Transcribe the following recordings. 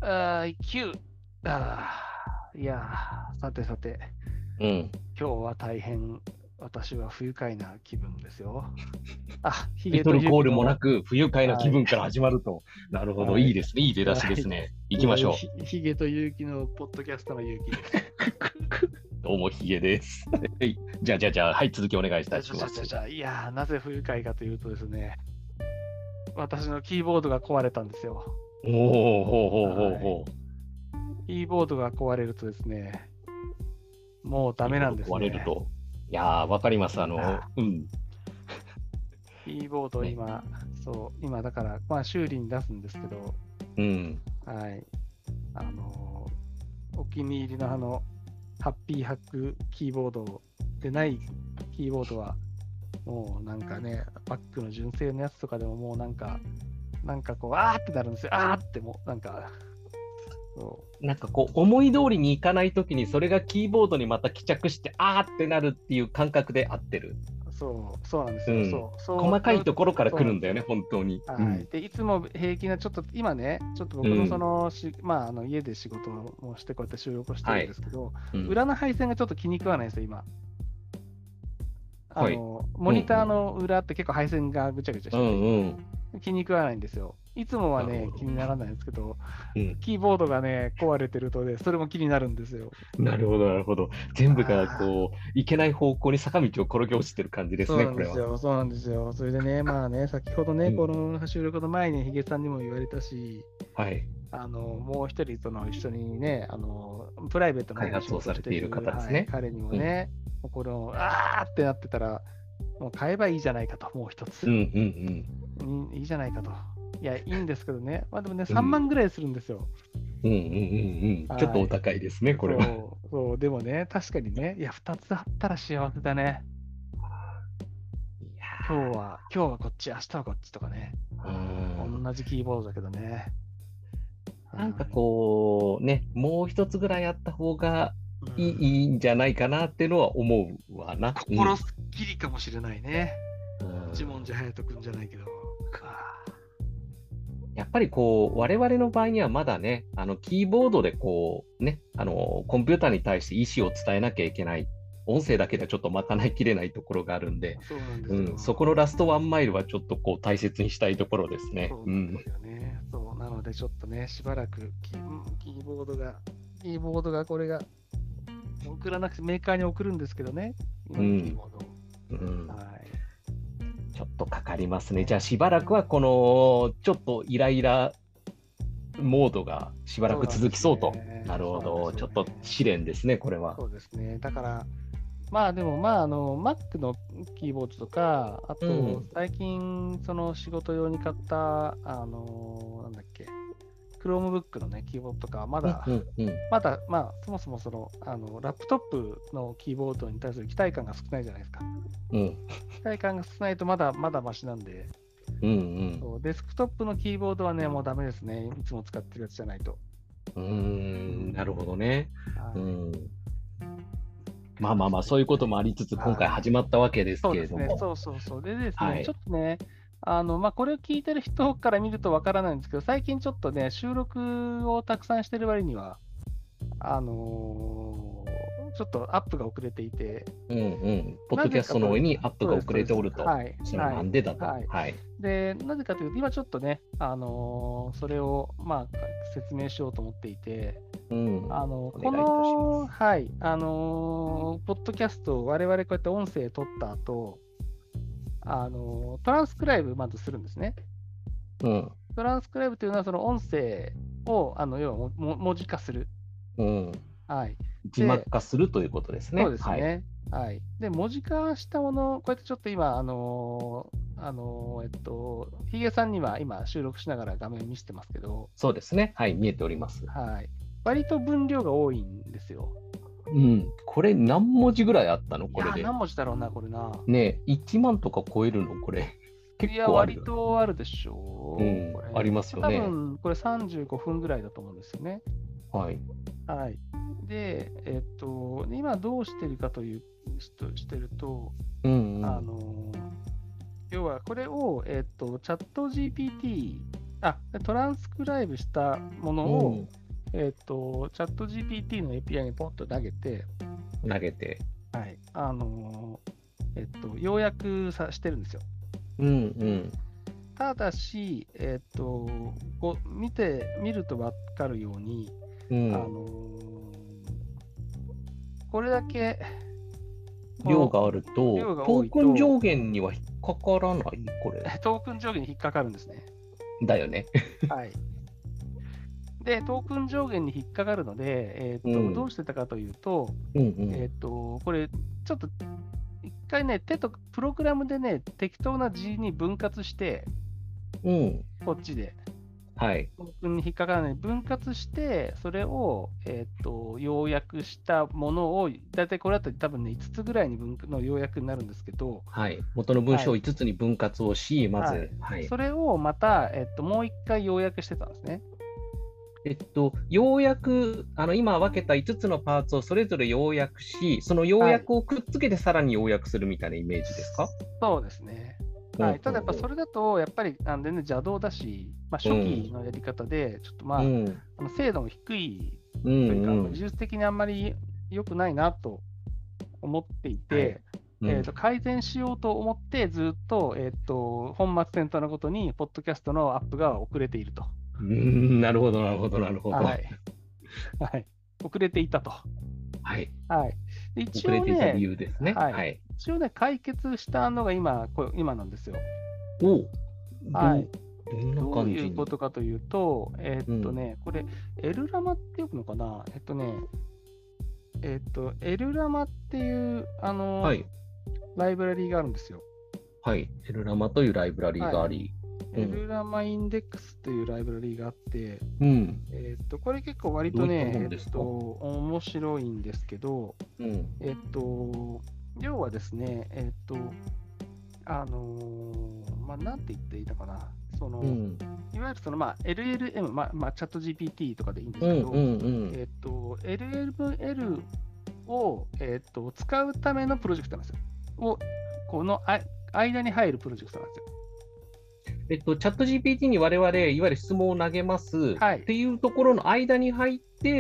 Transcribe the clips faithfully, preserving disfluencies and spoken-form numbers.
あーきゅう。あーいやー、さてさて、 うん。 今日は大変、私は不愉快な気分ですよ。あ、ヒタイゲとトルコールも勇気の、 なく、不愉快なはい、 気分から始まると。なるほど。 はい、 いいですね。いい出だはい、 しですね。行きましで、 ょひヒゲと勇気のポッドキャストの勇気です。 う。どうも、ヒゲです。はい。じゃあ、じゃあ、じゃあ、はい、続きお願いいたじゃじゃします。 じゃじゃじゃ、いやー、なぜ不愉快かというとですね、私のキーボードが壊れたんですよ。 おお、ほうほうほうはい。 ほう。 キーボードが壊れるとですね、もうダキーボードメなんですね。 壊れると。いやー、わかります。あの、 あうん。 キーボードね。 今、そう、今だから、まあ修理に出すんですけど、 うん。 はい。あのー、お気に入りのあの、ハッピーハックキーボードでないキーボードは、もうなんかね、バックの純正のやつとかでももうなんか、なんかこう、あーってなるんですよ。あーってもう、なんか、そなんかこう、思い通りにいかないときに、それがキーボードにまた帰着して、あーってなるっていう感覚で合ってる。 う、そう、そうなんですよ。 うん。 そう、そう、 細かいところからそうなんですよ。 来るんだよね、本当に。うはい。 ん。 で、いつも平気な、ちょっと今ね、ちょっと僕のそうん。 のし、まあ、あの家で仕事をして、こうやって収録をしてるんではい。 すけど、 うん。 裏の配線がちょっと気に食わないんですよ、今。あはい。 の、モニターうんうん。 の裏って結構配線がぐちゃぐちゃしうてて、 んうん。 気に食わないんですよ。いつもはね、 なるほど。 気にならないんですけど、 うん。 キーボードがね、壊れてるとね、それも気になるんですよ。 なるほど、なるほど。全部がああ、 こう、いけない方向に坂道を転げ落ちてる感じですね、 そうなこれは。 んですよ、そうなんですよ。それでね、まあね、先ほどね、こうん。 の収録の前にヒゲさんにも言われたし、 はい。 あの、もう一人、その一緒にね、あの、プライベートの開方で仕発をされている事してる、はい、 方ですね。 彼にもうん。 ね、もうこの、あーってなってたら、もう買えばいいじゃないかと、もう一つ。 うんうんいいいいじゃないかと。いや、いいんですけどね、まあでもね、 うん。うさんまんん。 ぐらいするんですよ。 うんうんうんうん。ちょっとおはい。 高いですね、これは。 そう、そう、でもね、確かにね、いや、ふたつあったら幸せだね。 いや今日は、今日はこっち、明日はこっちとかね。 ー、うーん。 同じキーボードだけどね。はなんかい。 こう、ね、もう一つぐらいあった方がいい、 うん。 いいんじゃないかなっていうのは思うわな。うん。 心すっきりかもしれないね。 うん。 一文字隼人君じゃないけど。あやっぱりこう、我々の場合にはまだね、あの、キーボードでこう、ね、あの、コンピューターに対して意思を伝えなきゃいけない。音声だけではちょっと賄いきれないところがあるんで、 ーそうなんですよ。 うん、そこのラストワンマイルはちょっとこう大切にしたいところですね。 そううん。 なんですよね。そう、なのでちょっとね、しばらくキー、キーボードが、キーボードがこれが送らなくてメーカーに送るんですけどね、今のキーうん。 ボードを。 うん。 はい。 ちょっとかかりますね。じゃあね、 しばらくはこの、ちょっとイライラモードがしばらくそうなんです続きそうと。なね。 るほど。 そうなんですよちょっとね。 試練ですね、これは。 そうですね。だから、まあでも、まあ、あの、Mac のキーボードとか、あと、 うん。 最近、その仕事用に買った、あの、なんだっけ、Chromebook のね、キーボードとかはまうん、 だ、 うん、うん。 まだ、まあ、そもそもその、あの、ラップトップのキーボードに対する期待感が少ないじゃないですか。 うん、 期待感が少ないとまだ、まだマシなんで、 うん、 そうデスクトップのキーボードはね、もうダメですね。いつも使ってるやつじゃないと。 うん。うーうん、なるほん。 どね。うはい。 ん。まあまあまあ、 形でそういうこともあね。 りつつ、今回はい。 始まったわけですそうですね。 けれども。 そうそうそう。でですね、ちょはい。 っとね、あの、まあ、これを聞いてる人から見るとわからないんですけど、最近ちょっとね、収録をたくさんしてる割には、あのーちょっとアップが遅れていて、 うんうん。ポッなドキャストの上ぜかと、 にアップそうです、 が遅れそうです。 ておると。 はい、 それははい、 なんでだと。 はい。 はい。 で、なぜかというと、今ちょっとね、あのーそれを、まあ、説明しようと思っていて、 うん。 あの、 おこ願いいたしまの、 す。 はい、あのーポッドキャストを我々こうやって音声取った後、あのートランスクライブまずするんですね。 うん。 トランスクライブというのは、その音声を、あの、要はもも文字化する。 うん。 はい。 字幕で、 化するということですそうね。はい。 ですね。はい。で、文字化したもの、こうやってちょっと今、あのーあのーえっと、ヒゲさんには今収録しながら画面見せてますけど、 そうですね。はい。見えております。 はい。割と分量が多いんですよ。 うん。これ何文字ぐらいあったのいやー、 これで。 何文字だろうな、これな。 ねえ、いちまんとか超えるのこれ。結いや、割構あるよね。 とあるでしょう。 うん。 これ。 ありますよ多ね。 分、これさんじゅうごふんぐらいだと思うんですよね。 はい。 はい。で、えっと、今どうしてるかという、しとしてると、 うんうあん。 のー要はこれを、えっと、チャット ジーピーティーあ、でトランスクライブしたものを、 うん、 えっ、と、チャット ジーピーティー の エーピーアイ にポンと投げて、 投げて。 はい、あのーえっ、と、要約さしてるんですよ。 うんうん。 ただし、えっ、と、こう見て、見ると分かるように、 うんあのーこれだけ、こ量のがあると、 量がト多いと、 ークン上限には引っかからないこれ。 トークン上限に引っかかるんですね。 だよね。 はい。で、トークン上限に引っかかるので、えっ、と、 うんどうしてたかというと、 うんうん。 えっ、と、これ、ちょっと、一回ね、手と、プログラムでね、適当な字に分割して、 うん。 こっちで、 はい。 トークンに引っかからない分割して、それを、えっ、と、要約したものを、だいたいこれだと多分ね、いつつぐらいに分の要約になるんですけど、 はい。元の文章をはい。 いつつに分割をし、まはい。 ず、はい。 それをまた、えっ、と、もう一回要約してたんですね。 えっと、要約、あの、今分けたいつつのパーツをそれぞれ要約し、その要はい。 約をくっつけてさらに要約するみたいなイメージですか？ そうですね。 うんうはい、ただやっぱそんれだと、やっぱりあの全然邪道だし、まあ、 うん。 初期のやり方で、ちょっとまあ、 うん。 あの精度も低いうというか、あのんうん。 技術的にあんまり良くないなと思っていはい。 て、 うん。 えーと、改善しようと思って、ずっと,、えーと本末転倒なことに、ポッドキャストのアップが遅れていると。 うーん、なるほど、なるほど、なるほど。 はい。はい。遅れていたと。 はい。 はい。で一遅れていた理応ね、 由ですね。 はい。 はい。 一応ね、解決したのが今、これ今なんですよ。 おう、どう、 はい。 どんなどういうこ感じに。 とかというと、えうん。 ーっとね、これ、エルラマってよくのかなえっとね、えーっと、エルラマっていう、あの、 はい。 ライブラリーがあるんですよ。 はい。エルラマというライブラリーはい。 があり。うエん。 ルラマインデックスというライブラリーがあって、 うん。 えーっと、これ結構割どういったとね、えーっと、 ものですか？ 面白いんですけど、 うん。 えーっと、要はですね、えーっと、あのーまあ、なんて言っていいのかな。その、 うん。 いわゆるその、まあ、エルエルエム、まあ、まあ、チャット ジーピーティー とかでいいんでうん。 すけど、 うん。うん。 えっと、エルエルエル を、えっと、使うためのプロジェクトなんですよ。を、このあ間に入るプロジェクトなんですよ。 えっと、チャット ジーピーティー に我々、いわゆる質問を投げますはい。 っていうところの間に入って、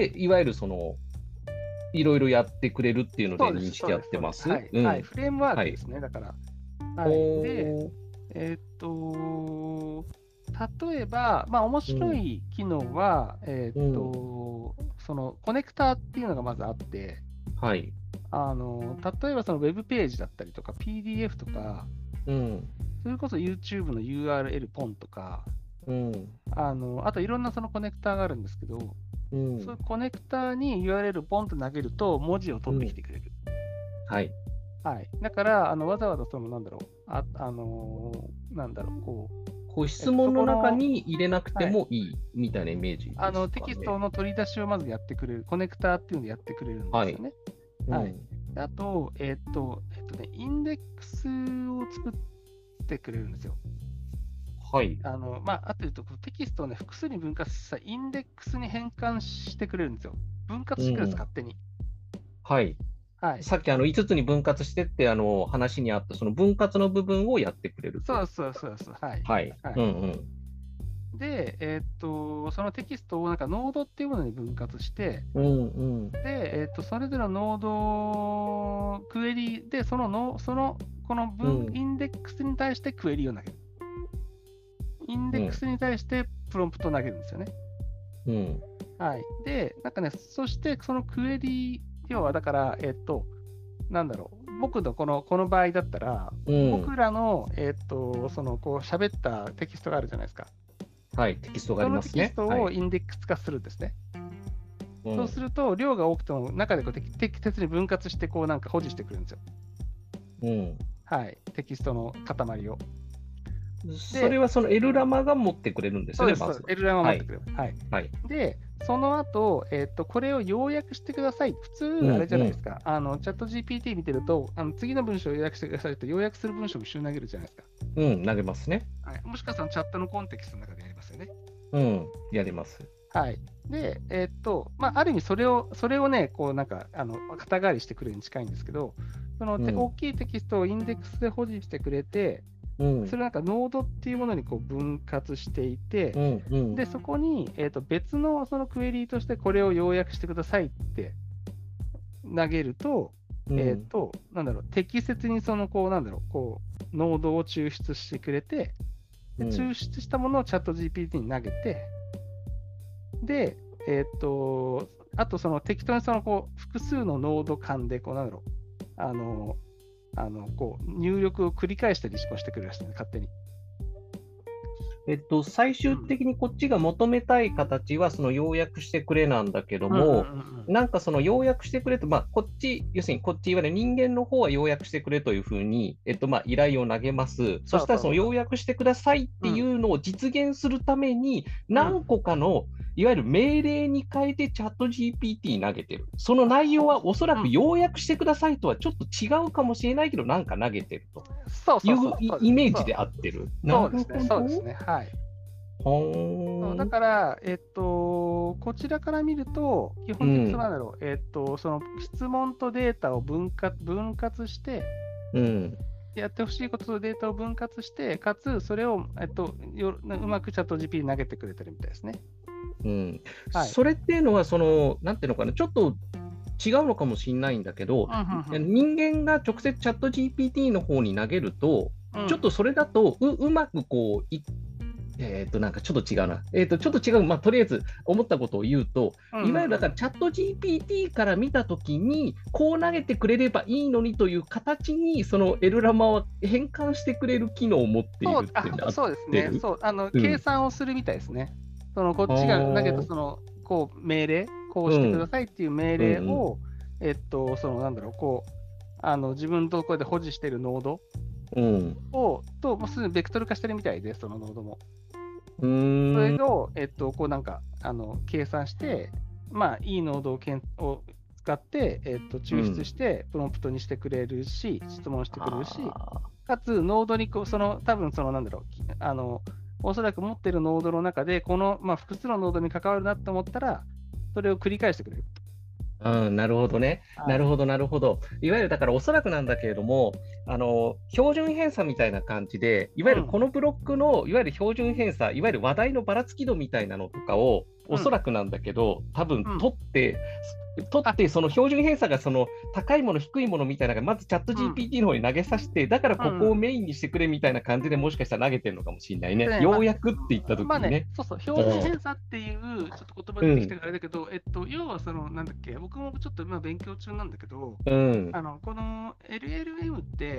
いわゆるその、いろいろやってくれるっていうのそうです、 で認識やっそうです、そうです。 てます。 はい。はい。 うん。 フレームワーはい。 クですね、だから。はい。で、 おー。 えっと、例えば、まあ、面うん。 白い機能は、えっうん。 と、そのコネクターっていうのがまずあって、 はい。 あの例えばそのウェブページだったりとか、ピーディーエフ とか、 うん。 それこそ YouTube の ユーアールエル ポンとか、 うん。 あのあといろんなそのコネクターがあるんですけど、 うん。 そういうコネクターに ユーアールエル ポンと投げると文字を取ってきうん。 てくれる。 はい。 はい。だから、あのわざわざそのなんだろう、あ、あのーなんだろう、こう、 こうえっと、そ質問のこの、 中に入れなくてはい、 もいいみたいなイメージあですのテキスかね。 トの取り出しをまずやってくれる、コネクターっていうのでやってくれるんではい。 すよね。はい。 うん。 であと、えっと、えっとね、インデックスを作ってくれるんですよ。 はい。 あの、まあ、あというと、このテキストをね、複数に分割したインデックスに変換してくれるんですよ。分割してくれるんです、 うん。 勝手に。 はい。 はい。 さっきあのいつつに分割してってあの話にあったその分割の部分をやってくれると。 そうそうそうそう。はい。 はい。 はい。 うんうん。 で、えっと、そのテキストをなんかノードっていうものに分割して、 うんうん。 で、えっと、それぞれのノードクエリで、そのの、その、この分、 うんインデックスに対してクエリを投げる。インデックうんスに対してプロンプトを投げるんですよね。 うん。 はい。で、なんかね、そしてそのクエリ、要はだから、えっと、なんだろう、僕のこのこの場合だったら、 うん僕らの、えっと、その、こう、喋ったテキストがあるじゃないですか。 はい。テキストがあそりますね。 のテキストはい。 をインデックス化するんですね。そうすうんると、量が多くても、中でこう適適切に分割して、こう、なんか保持してくれるんですよ。 うんはい。テキストの塊を。 それで、 はそのエルラマが持ってくれるんですよね、 そうです、 まずは。 そうです。エルランは持はい。 ってくれます。はい。 はい。 で、その後、えっと、これを要約してください。普通、 うんあれじゃうんないですか。あの、チャット ジーピーティー 見てると、あの次の文章を要約してくださいと、要約する文章を一緒に投げるじゃないですか。 うん。投げますね。 はい。もしかしたらチャットのコンテキストの中でやりますよね。 うん。やります。 はい。で、えっと、まあ、ある意味、それを、それをね、こう、なんか、あの、肩代わりしてくれるに近いんですけど、その、て大うん。 きいテキストをインデックスで保持してくれて、 うん、 それなんかノードっていうものにこう分割していて、 うんうん、 でそこに、えー、と別のそのクエリとしてこれを要約してくださいって投げると、 うん、 えっ、と、なんだろう、適切にそのこう、なんだろう、こう、ノードを抽出してくれて、でうん抽出したものをチャット ジーピーティー に投げて、で、えっ、と、あとその適当にそのこう複数のノード間で、こう、なんだろう、あの、あのこう入力を繰り返したりしてくれるらしいね、勝手に。 えっと、最終的にこっちが求めたい形は、その要約してくれなんだけどうんうんうんも、 うんなんかその要約してくれと、まあ、こっち、要するにこっち、いわゆる人間の方は要約してくれというふうに、えっと、まあ、依頼を投げます。そしたら、その要約してくださいっていうのを実現するために、何個かの、いわゆる命令に変えてチャット ジーピーティー に投げてる。その内容はおそらく要約してくださいとはちょっと違うかもしれないけど、なんか投げてるといそうそうそううイメージで合ってる。 そうですね、そうですね、はい。 ほだから、えっと、こちらから見ると、基本的にそうなんだろう、うん、えっと、その質問とデータを分割分割して、 うん、 やってほしいこととデータを分割して、かつそれを、えっと、ようまくチャット ジーピーティー に投げてくれてるみたいですね。 うんはい、 それっていうのは、その、なんていうのかな、ちょっと違うのかもしれないんだけど、 うんうんうん、 人間が直接チャット ジーピーティー の方に投げると、 うん、 ちょっとそれだとううまくこういえー、となんかちょっと違うな、えー、とちょっと違う、まあ、とりあえず思ったことを言うと、 うんうんうん、 いわゆるだからチャット ジーピーティー から見たときに、こう投げてくれればいいのにという形に、そのエルラマは変換してくれる機能を持っているっていうのは、 そうですね、そうあの、うん、計算をするみたいですね。そのこっちが投げたそのこう命令、こうしてくださいっていう命令を、うんうんうん、えっと、そのなんだろう、こうあの自分のところで保持しているノードを、うん、と、もうすでにベクトル化してるみたいで、そのノードも。 うーんそれを、えっと、こうなんかあの計算して、まあ、いいノードをけんを使って、えっと、抽出してプロンプトにしてくれるし、うん、質問してくれるし、かつノードにこうその多分そのなんだろうあのおそらく持ってるノードの中でこの、まあ、複数のノードに関わるなと思ったらそれを繰り返してくれる。 うん、なるほどね、はい、なるほど、なるほど。いわゆるだからおそらくなんだけれども、あの標準偏差みたいな感じで、いわゆるこのブロックの、うん、いわゆる標準偏差、いわゆる話題のばらつき度みたいなのとかを、おそらくなんだけど、多分取って、うん、取って、その標準偏差がその高いもの、低いものみたいなのが、まずチャット ジーピーティー の方に投げさせて、うん、だからここをメインにしてくれみたいな感じでもしかしたら投げてるのかもしれないね。うん、ようやくって言ったときにね。 まあね、そうそう、標準偏差っていう、ちょっと言葉出てきたからあれだけど、うん、えっと、要はその、なんだっけ、僕もちょっと今勉強中なんだけど、 うん、 あのこの エルエルエム って、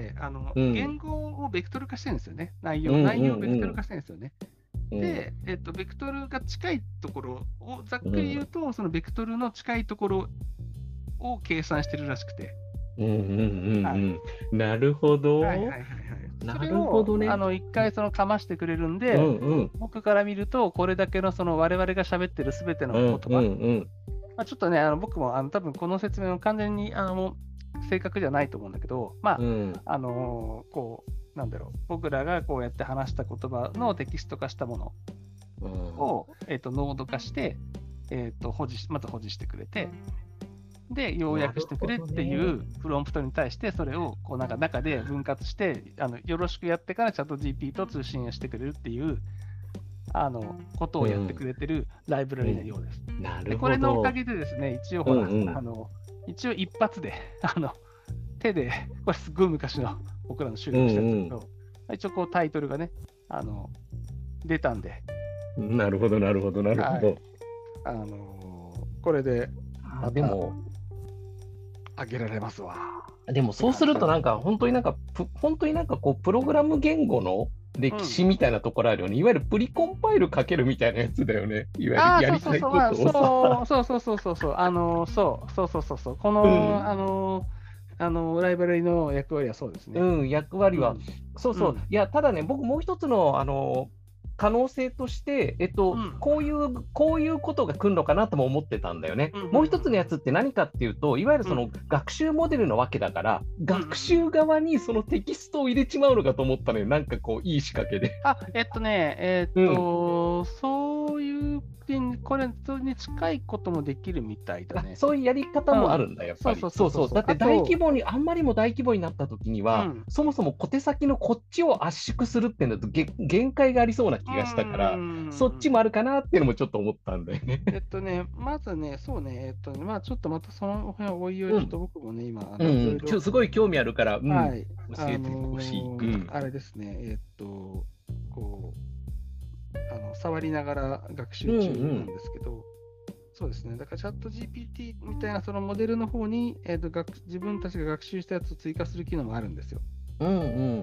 あの、うん、言語をベクトル化してるんですよね。内容、内容をベクトル化してるんですよね。うん、で、えっと、ベクトルが近いところをざっくり言うと、うん、そのベクトルの近いところを計算してるらしくて。 うんうんうんうん、はい、なるほど。 はいはいはいはい。なるほどね。あの一回そのかましてくれるんで、うんうん、僕から見ると、これだけのその我々が喋ってるすべての言葉、うんうんうんまあ、ちょっとね、あの僕もあの多分この説明は完全にあの正確じゃないと思うんだけど、まあ、うん、あのー、こう、なんだろう、僕らがこうやって話した言葉のテキスト化したものを、うんえー、とノード化して、えー、と保持まず保持してくれて、で、要約してくれっていうプロンプトに対して、それをこうなんか中で分割して、あのよろしくやってからチャット ジーピー と通信をしてくれるっていうあのことをやってくれてるライブラリのようです。 うんうん、なるほど。 でこれのおかげでですね、一応ほら、 うんうん、 あの一応一発であの手で、これすごい昔の僕らの収録したんですけど、うんうん、一応こうタイトルがね、あの出たんで。 なるほど、なるほど、なるほど。はい、 あのこれで、 あでも、 あげられますわ。 でもそうするとなんか本当になんか本当になんかこうプログラム言語の歴史みたいなところあるよね、うん、いわゆるプリコンパイルかけるみたいなやつだよね。いわゆるやりたいことをさ。そうそうそうそうそうあのそうそうそうそうそうこの、うん、あのあのライブラリの役割はそうですね。 うん役割は、うん、そうそう、うん、いやただね僕もう一つのあの可能性として、えっとうん、こういう、こういうことが来るのかなとも思ってたんだよね。うんうん、もう一つのやつって何かっていうと、いわゆるその学習モデルなわけだから、うん、学習側にそのテキストを入れちまうのかと思ったのよ。なんかこう、いい仕掛けで。 あ、えっとね、えー、っと、うん、そそういうこれそれに近いこともできるみたいだね。 そういうやり方もあるんだ、やっぱり。 そうそうそう。だって大規模に、 ああんまりも大規模になった時には、 うん、 そもそも小手先のこっちを圧縮するっていうのとげ限界がありそうな気がしたから、そっちもあるかなっていうのもちょっと思ったんだよね。 えっとね、まずね、そうね、えっとね、まあちょっとまたその辺おいおい、ちょっと僕もね、今、あの、 うん、 いろいろちょすごい興味あるから、うん、 はい、 教えてほしい。 あのーうん、あれですね、えっと、こう、あの触りながら学習中なんですけど、うんうん、そうですね、だからチャット ジーピーティー みたいなそのモデルの方に、えー、と学自分たちが学習したやつを追加する機能もあるんですよ。 うんうん。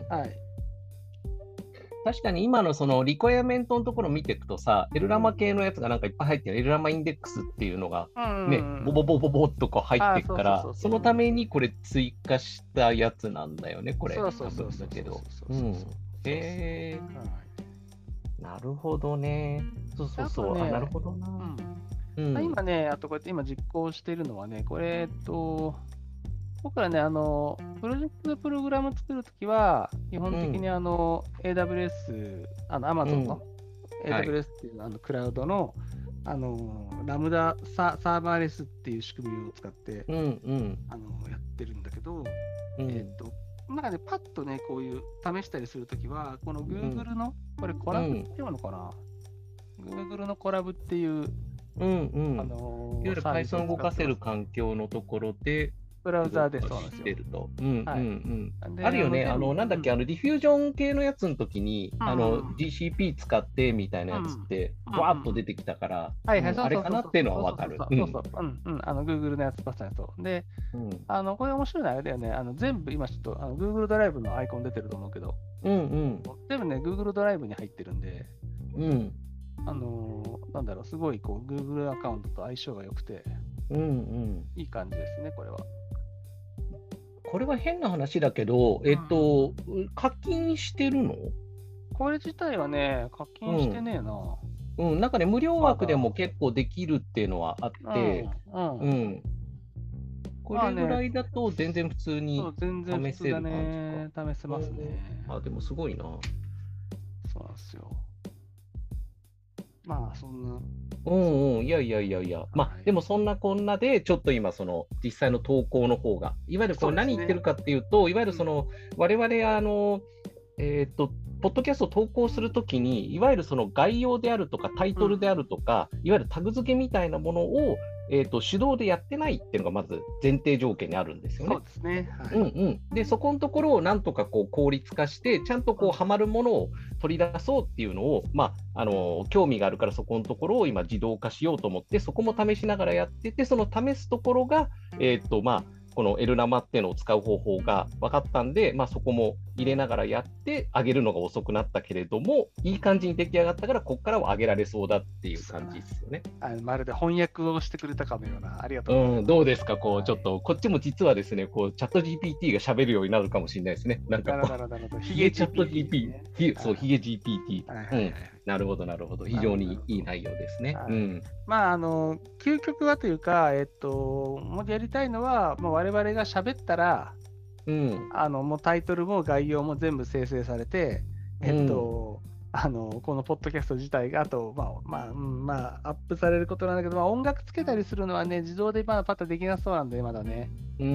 はい。 確かに今のそのリクエアメントのところを見ていくとさ、エルラマ系のやつがなんかいっぱい入ってる、エルラマインデックスっていうのがね、ボボボボボっとこう入っていくから、そのためにこれ追加したやつなんだよね、これ。 そうそうそうだけど。 うん。 へえ。なるほどね。そうそうそう。あ、なるほどな。 今ね、あとこうやって今実行しているのはね、これ、えっと、僕らね、あの、プロジェクトプログラム作るときは、基本的にあの、うん、エーダブリューエス、あの、Amazon の、うん、エーダブリューエス っていうあのクラウドの、あの、ラムダササーバーレスっていう仕組みを使って、 うんうん、 あのやってるんだけど、 うん、 えっと、なんかね、パッとね、こういう試したりするときは、この Google の、うん、これコラボっていうのかな、うん、Google のコラボっていう、 うんうん、 あのいわゆる Python を動かせる環境のところで、 ブラウザーでそうなんですよ。 うんうんうん。あるよね、あの、なんだっけ、あの、ディフュージョン系のやつの時に、あの、ジーシーピー 使ってみたいなやつって、わーっと出てきたから、あれかなっていうのはわかる。 そうそう、うんうん、あの、Google のやつパスタそう。で、あの、これ面白いのはあれだよね、あの、全部、今ちょっと、あの Google ドライブのアイコン出てると思うけど、 うんうん。 全部ね、Google ドライブに入ってるんで、 うん。 あのー、なんだろう、すごいこう Google アカウントと相性が良くて、 うんうん、 いい感じですね、これは。 これは変な話だけど、えっと、うん、課金してるの？ これ自体はね、課金してねえな。 うん、うん、なんかね、無料枠でも結構できるっていうのはあって、うん。うんうん、これぐらいだと全然普通に試せる感じか。 試せますね。 あ、でもすごいな。 そうなんですよ。まあ、そんな。 うんうん、いやいやいやいや、まあ、はい、でもそんなこんなで、ちょっと今、その実際の投稿の方が、いわゆるこれ何言ってるかっていうと、うね、いわゆるその、我々、あの、えっと、ポッドキャストを投稿するときに、いわゆるその概要であるとか、タイトルであるとか、うん、いわゆるタグ付けみたいなものを、えーと、手動でやってないっていうのがまず前提条件にあるんですよね。 そうですね。 はい、うんうん。で、そこのところをなんとかこう効率化して、ちゃんとこうはまるものを取り出そうっていうのを、まあ、あの興味があるからそこのところを今自動化しようと思って、そこも試しながらやってて、その試すところが、えーと、まあ、このエルラマっていうのを使う方法が分かったんで、まあ、そこも入れながらやってあげるのが遅くなったけれども、いい感じに出来上がったから、ここからは上げられそうだっていう感じですよね。 あのまるで翻訳をしてくれたかのような、ありがとうございます。うん、どうですか、こう、はい、ちょっと、こっちも実はですね、こう、チャット ジーピーティー が喋るようになるかもしれないですね。なんかこう、ヒゲチャット ジーピーティー、そう、ヒゲ ジーピーティー。はいはいはい、うん、なるほど、なるほど。非常にいい内容ですね。うん、 まあ、あの、究極はというか、えっと、もうやりたいのは、まあ、我々が喋ったら、うん、あのもうタイトルも概要も全部生成されて、えっと、うん、あのこのポッドキャスト自体が、あと、まあまあまあ、アップされることなんだけど、まあ、音楽つけたりするのはね、自動でまだパッとできなそうなんで、まだね。うん。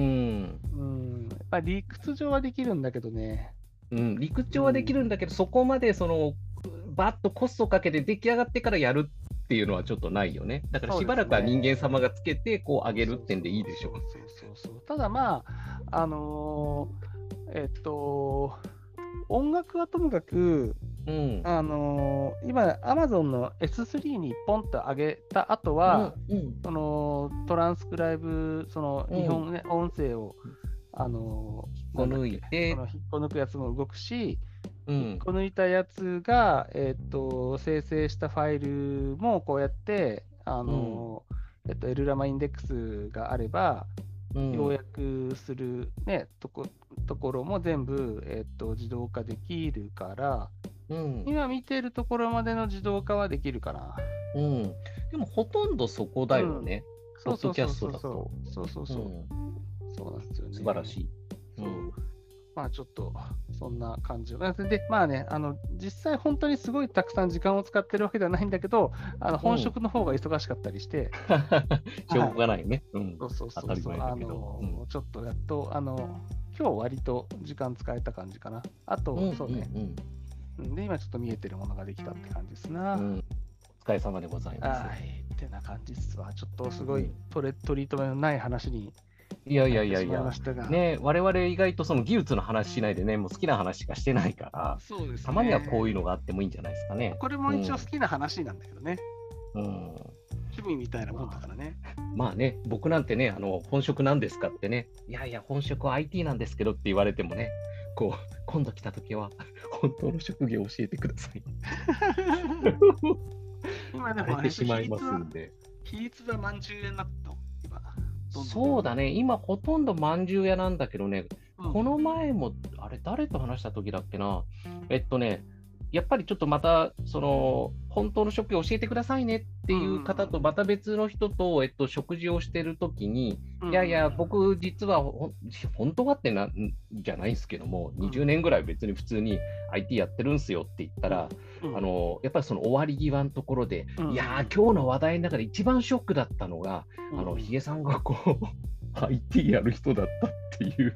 うん、まあ、理屈上はできるんだけどね。 うん、理屈上はできるんだけど、うん、そこまでそのバッとコストかけて出来上がってからやるっていうのはちょっとないよね。だからしばらくは人間様がつけてこう上げるってんでいいでしょう。 ただまあ、あのー、えっと、音楽はともかく、うん、あのー、今、Amazon の エススリー にポンと上げた後は、うんうん、そのトランスクライブ、その日本、ね、うん、音声を、あのー、引っこ抜いて、 その引っこ抜くやつも動くし、うん、引っこ抜いたやつが、えー、と生成したファイルもこうやって、あのーうん、えっと、エルラマインデックスがあれば、うん、要約する、ね、とこ、ところも全部、えっと、自動化できるから、うん、今見てるところまでの自動化はできるかな。 うん、でもほとんどそこだよね。ポッドキャストだと。 そうそうそう。そうなんですよね。 素晴らしい。 うん、まあちょっとそんな感じ。で、まあね、あの実際本当にすごいたくさん時間を使ってるわけではないんだけど、あの本職の方が忙しかったりして、 しょうがないね。うん。 そうそうそう当たりそう、あ前だけど。 のちょっとやっと、あの今日割と時間使えた感じかな。あと、 うんそうね、 うんうんで、今ちょっと見えてるものができたって感じですな。 うんうんお疲れ様でございます。 はい、ってな感じですわ。ちょっとすごいうんトレ取り留めのない話にいやいやいなってしまいやいやましたが、 ね、我々意外とその技術の話しないでね、もう好きな話しかしてないから、 そうですね。 たまにはこういうのがあってもいいんじゃないですかね。 これも一応好きな話なんだけどね。 うん。 趣味みたいなもんだからね。 まあね、僕なんてね、あの本職なんですかってね、いやいや、本職は アイティー なんですけどって言われてもね、こう、今度来たときは、本当の職業を教えてください。 今でもバレてあれしまいますんで。 比率はまんじゅうえんになったの今。どんどんそうだね、今ほとんどまんじゅう屋なんだけどね、 うんこの前も、あれ、誰と話した時だっけな、えっとね、やっぱりちょっとまた、その、本当の職業教えてくださいねっていう方と、また別の人と、えっと、食事をしてる時に、いやいや、僕、実はほん、本当はってな、んじゃないんですけども、 うんにじゅうねんぐらい別に普通に アイティー やってるんすよって言ったら、 うんあの、やっぱりその終わり際のところで、 うんいやー、今日の話題の中で一番ショックだったのが、 うんあの、ヒゲさんがこう、アイティー やる人だったっていう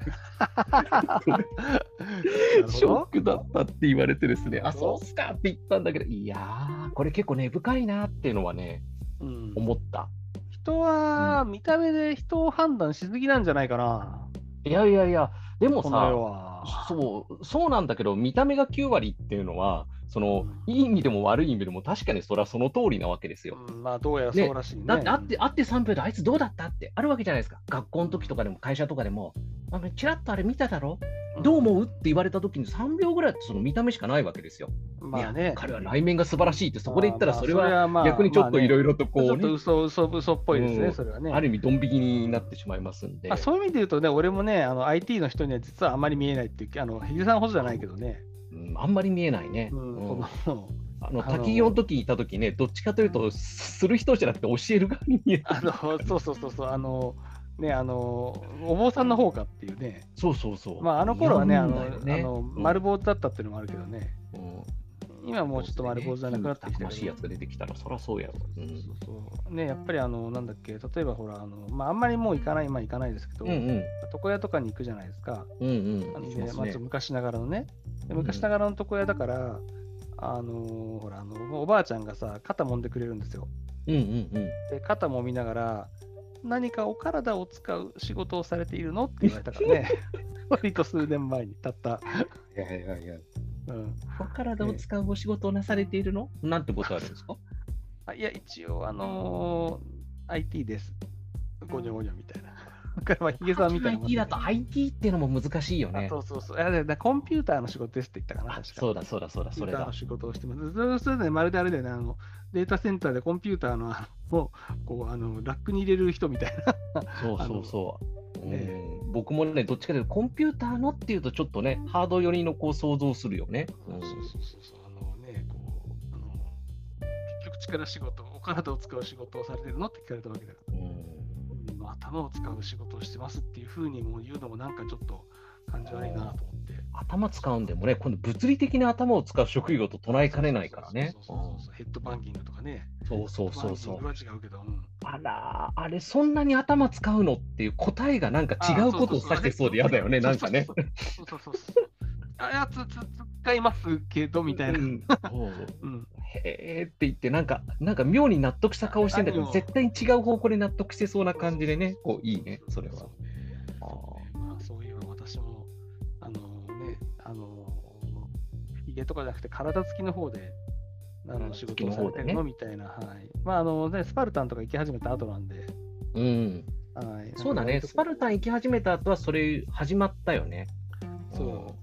ショックだったって言われてですね、あ、そうっすかって言ったんだけど、いやー、これ結構根深いなっていうのはね、 うん思った。 人は見た目で人を判断しすぎなんじゃないかな。 いやいやいや、でもこの世さ、 は。 そう、そうなんだけど、見た目がきゅう割っていうのは、その、いい意味でも悪い意味でも確かにそれはその通りなわけですよ。 うんまあ、どうやらそうらしいね。 だって会って、会ってさんびょうであいつどうだったってあるわけじゃないですか。学校の時とかでも会社とかでも、あのチラッとあれ見ただろどう思うって言われた時にさんびょうぐらいってその見た目しかないわけですよ。 まあいやね。 彼は内面が素晴らしいってそこで言ったらまあそれはまあ逆にちょっといろいろとこちょっとうね、 嘘嘘嘘っぽいですね、 うんそれはね。 ある意味ドン引きになってしまいますんで。 まあ、そういう意味で言うとね、俺もね、あの アイティー の人には実はあまり見えないっていう、あのヒゲさんほどじゃないけどね。 うんあんまり見えないね。 うんうんそのあのあの滝行の時にいた時ね、どっちかというと、する人じゃなくて教える側に見える。 あのそうそうそうそう、あの、ね、あの、お坊さんの方かっていうね。 そうそうそう。 まあ、あの頃はね、あの、 やるんだよねあのうん丸坊主だったっていうのもあるけどね。 うん今はもうちょっと丸坊主じゃなくなってきてるたくましいやつが出てきたら、そりゃそうやろ。うんそうそうね、やっぱりあの、なんだっけ、例えばほら、あのまあ、あんまりもう行かない、まあ行かないですけど、 うんうん床屋とかに行くじゃないですか。 うんうんあのしますねでまず昔ながらのね。で昔ながらの床屋だから、あのほらあの、おばあちゃんがさ、肩揉んでくれるんですよ。 うんうんうんで、肩揉みながら、何かお体を使う仕事をされているのって言われたからね。割と数年前にたった。 いやいやいや。 うん、 お体を使うお仕事をなされているのなんてことあるんですかあいや、一応、あのー、アイティー です。ゴニョゴニョみたいな。だからまあ、ヒゲさんみたいなもん。 アイティー だと アイティー っていうのも難しいよあね。 そうそうそう。いやだからコンピューターの仕事ですって言ったかな、 あ確か。 そうだそうだそうだ、それだコンピューターの。仕事をしてます。それそれでね、まるであれだよね、あの、データセンターでコンピューターの、あのをこう、あの、ラックに入れる人みたいな。 そうそうそう。 ねうん僕もね、どっちかというと、コンピューターのっていうと、ちょっとね、ハード寄りのこう想像するよね。うんそうそうそうそう。あのね、こう、あの、結局力仕事、お体を使う仕事をされてるのって聞かれたわけだよ。 うんうん頭を使う仕事をしてますっていうふうにも言うのもなんかちょっと感じ悪いなと思って。 頭使うんでもね、今度物理的に頭を使う職業と唱えかねないからね。 そうそうそうそうヘッドバンキングとかね。 そうそうそうそう。 ヘッドバンキングは違うけど。うんあらー、あれ、そんなに頭使うのっていう答えがなんか違うことを指してそうで嫌だよね、なんかね。 そうそうそうそう。あやつつ使いますけどみたいな。 うんそううんへーって言って、なんか、なんか妙に納得した顔してんだけど、 何を絶対に違う方向で納得してそうな感じでね、こういいね、それは。 そうねそうねまあそういう私も、あのね、あの、ヒゲとかじゃなくて体つきの方で、あの仕事をされてるのみたいな、はい。まああのね、スパルタンとか行き始めた後なんで、 うん。 はい。 そうだね、スパルタン行き始めた後はそれ始まったよね。 そう。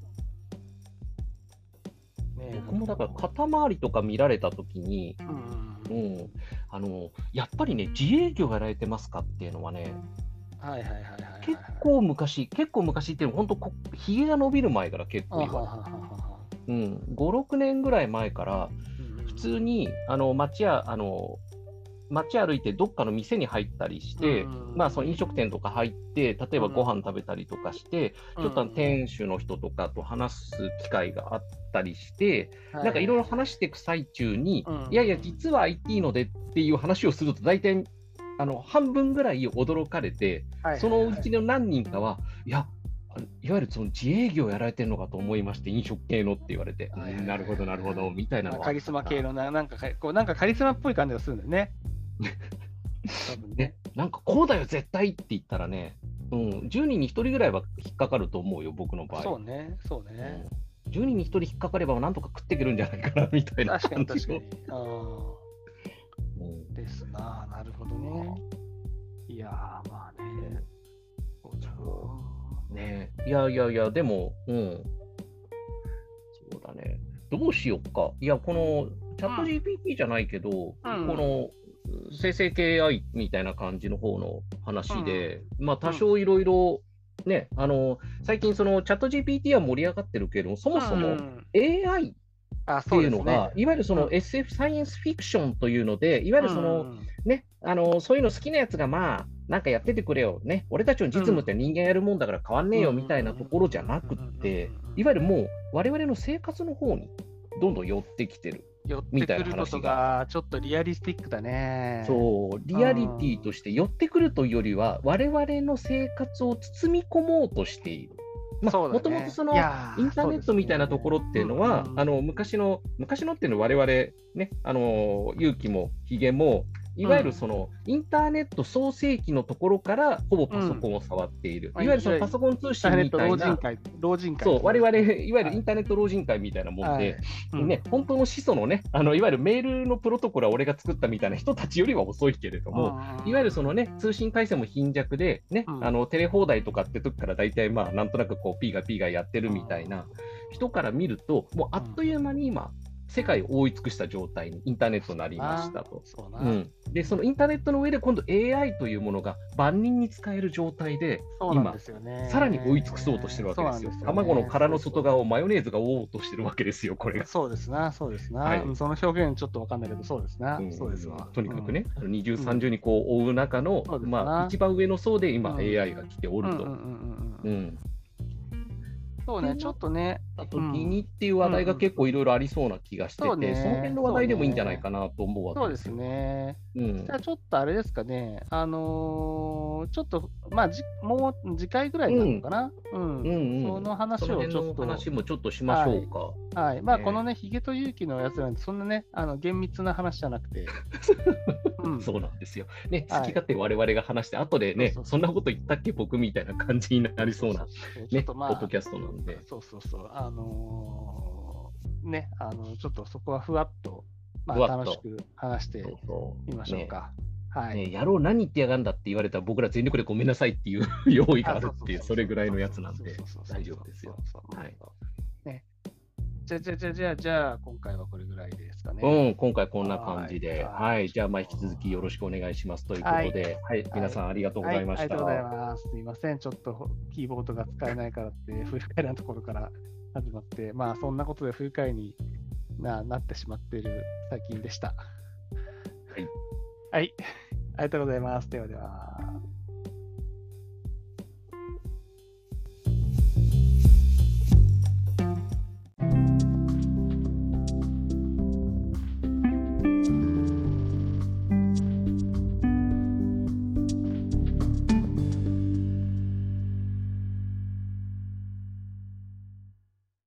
ね僕もだから肩周りとか見られたときに、 うんうんうん。 うん、あのやっぱりね、自営業やられてますかっていうのはね、 はいはいはいはいはい。 結構昔、結構昔っていうのは、本当、ひげが伸びる前から結あ構言わははははは。 れる、うん、ご、ろくねんぐらい前から、 うんうん普通にあの町やあの街歩いてどっかの店に入ったりして、 うんまあ、その飲食店とか入って、例えばご飯食べたりとかして、 うんちょっと店主の人とかと話す機会があったりして、 はいなんかいろいろ話していく最中に、 うんいやいや、実は アイティー のでっていう話をすると、大体あの半分ぐらい驚かれて、 はいはいはいそのうちの何人かは、いや、あのいわゆるその自営業やられてるのかと思いまして、飲食系のって言われて、 はいはいはいうんなるほど、なるほど、みたいなのは。 まあカリスマ系のな、なんかかこうなんかカリスマっぽい感じがするんだよね。多分ねね、なんかこうだよ、絶対って言ったらね、うん、じゅうにんにひとりぐらいは引っかかると思うよ、僕の場合。 そうね、そうね。 うん、じゅうにんにひとり引っかかれば、なんとか食っていけるんじゃないかなみたいな確かに感じを確かに。あうんあ、ですな、なるほどね。いやー、まあね。そうだな。 ねいやいやいや、でも、うん、そうだね、どうしよっか。いや、このチャット ジーピーティー じゃないけど、この生成系 エーアイ みたいな感じの方の話で、まあ多少いろいろね、あの最近そのチャット ジーピーティー は盛り上がってるけど、そもそも エーアイっていうのが、いわゆるその エスエフ サイエンスフィクションというので、いわゆるその、ね、あのそういうの好きなやつがまあなんかやっててくれよ、ね、俺たちの実務って人間やるもんだから変わんねえよみたいなところじゃなくって、いわゆるもう我々の生活の方にどんどん寄ってきてる。 寄ってくることがちょっとリアリスティックだね。 そう、リアリティとして寄ってくるというよりは、我々の生活を包み込もうとしている。まあ、もともとそのインターネットみたいなところっていうのは、あの昔の、昔のっていうのは我々、ね、あの勇気もヒゲも、いわゆるその、うん、インターネット創世期のところからほぼパソコンを触っている、うん、いわゆるそのパソコン通信みたいな、 老人会、 そう、我々いわゆるインターネット老人会みたいなもんで、はいね、うん、本当の始祖のね、あのいわゆるメールのプロトコルは俺が作ったみたいな人たちよりは遅いけれども、いわゆるそのね、通信回線も貧弱で、ね、あのテレ放題とかって時から大体まあなんとなくこう P が P がやってるみたいな人から見ると、もうあっという間に今、世界を覆い尽くした状態にインターネットになりましたと。 そうな、 うん、で、そのインターネットの上で今度 エーアイ というものが万人に使える状態で、今、さらに追い尽くそうとしてるわけですよ。ですよね、卵の殻の外側をマヨネーズが覆おうとしてるわけですよ、これが。 そうですな、そうですな。はい、その表現ちょっとわかんないけど、そうですな。うん、そうですわ。 とにかくね、うん、にじゅう、さんじゅうにこう追う中の、うん、まあ、一番上の層で今、うん、エーアイ が来ておると。 そうね、ちょっとね。 時にっていう話題が結構いろいろありそうな気がしてて、うんうん、そ, ね、その辺の話題でもいいんじゃないかなと思うわけですよ。 そうですね。うん、じゃあちょっとあれですかね、あのー、ちょっと、まあじ、もう次回ぐらいなのかな。うん。うんうんうん、その話をちょっと。 話もちょっとしましょうか。 はい。はい、まあ、ね、このね、ヒゲと勇気のやつなんで、そんなね、あの厳密な話じゃなくて。 うん、そうなんですよ。ね、好き勝手我々が話して、はい、後でね、そうそうそう、そんなこと言ったっけ、僕みたいな感じになりそうな、ね、ポッドキャストなんで。 そうそうそう。あのー、ね、あの、ちょっとそこはふわっと、まあ、楽しく話してみましょうか。 そうそうね、はいね、やろう何言ってやがんだって言われたら僕ら全力でごめんなさいっていう用意があるっていう、それぐらいのやつなんで大丈夫ですよ。 ね。じゃあ、じゃあ、じゃあ、じゃあ、じゃあ、今回はこれぐらいですかね。 うん、今回こんな感じで。はい。はい、じゃあ、まあ、引き続きよろしくお願いしますということで、はい。はい、皆さんありがとうございました。 はい、ありがとうございます。すみません。ちょっとキーボードが使えないからって、不愉快なところから始まって、まあ、そんなことで不愉快にな、なってしまっている最近でした。 はい。 はい。ありがとうございます。ではでは。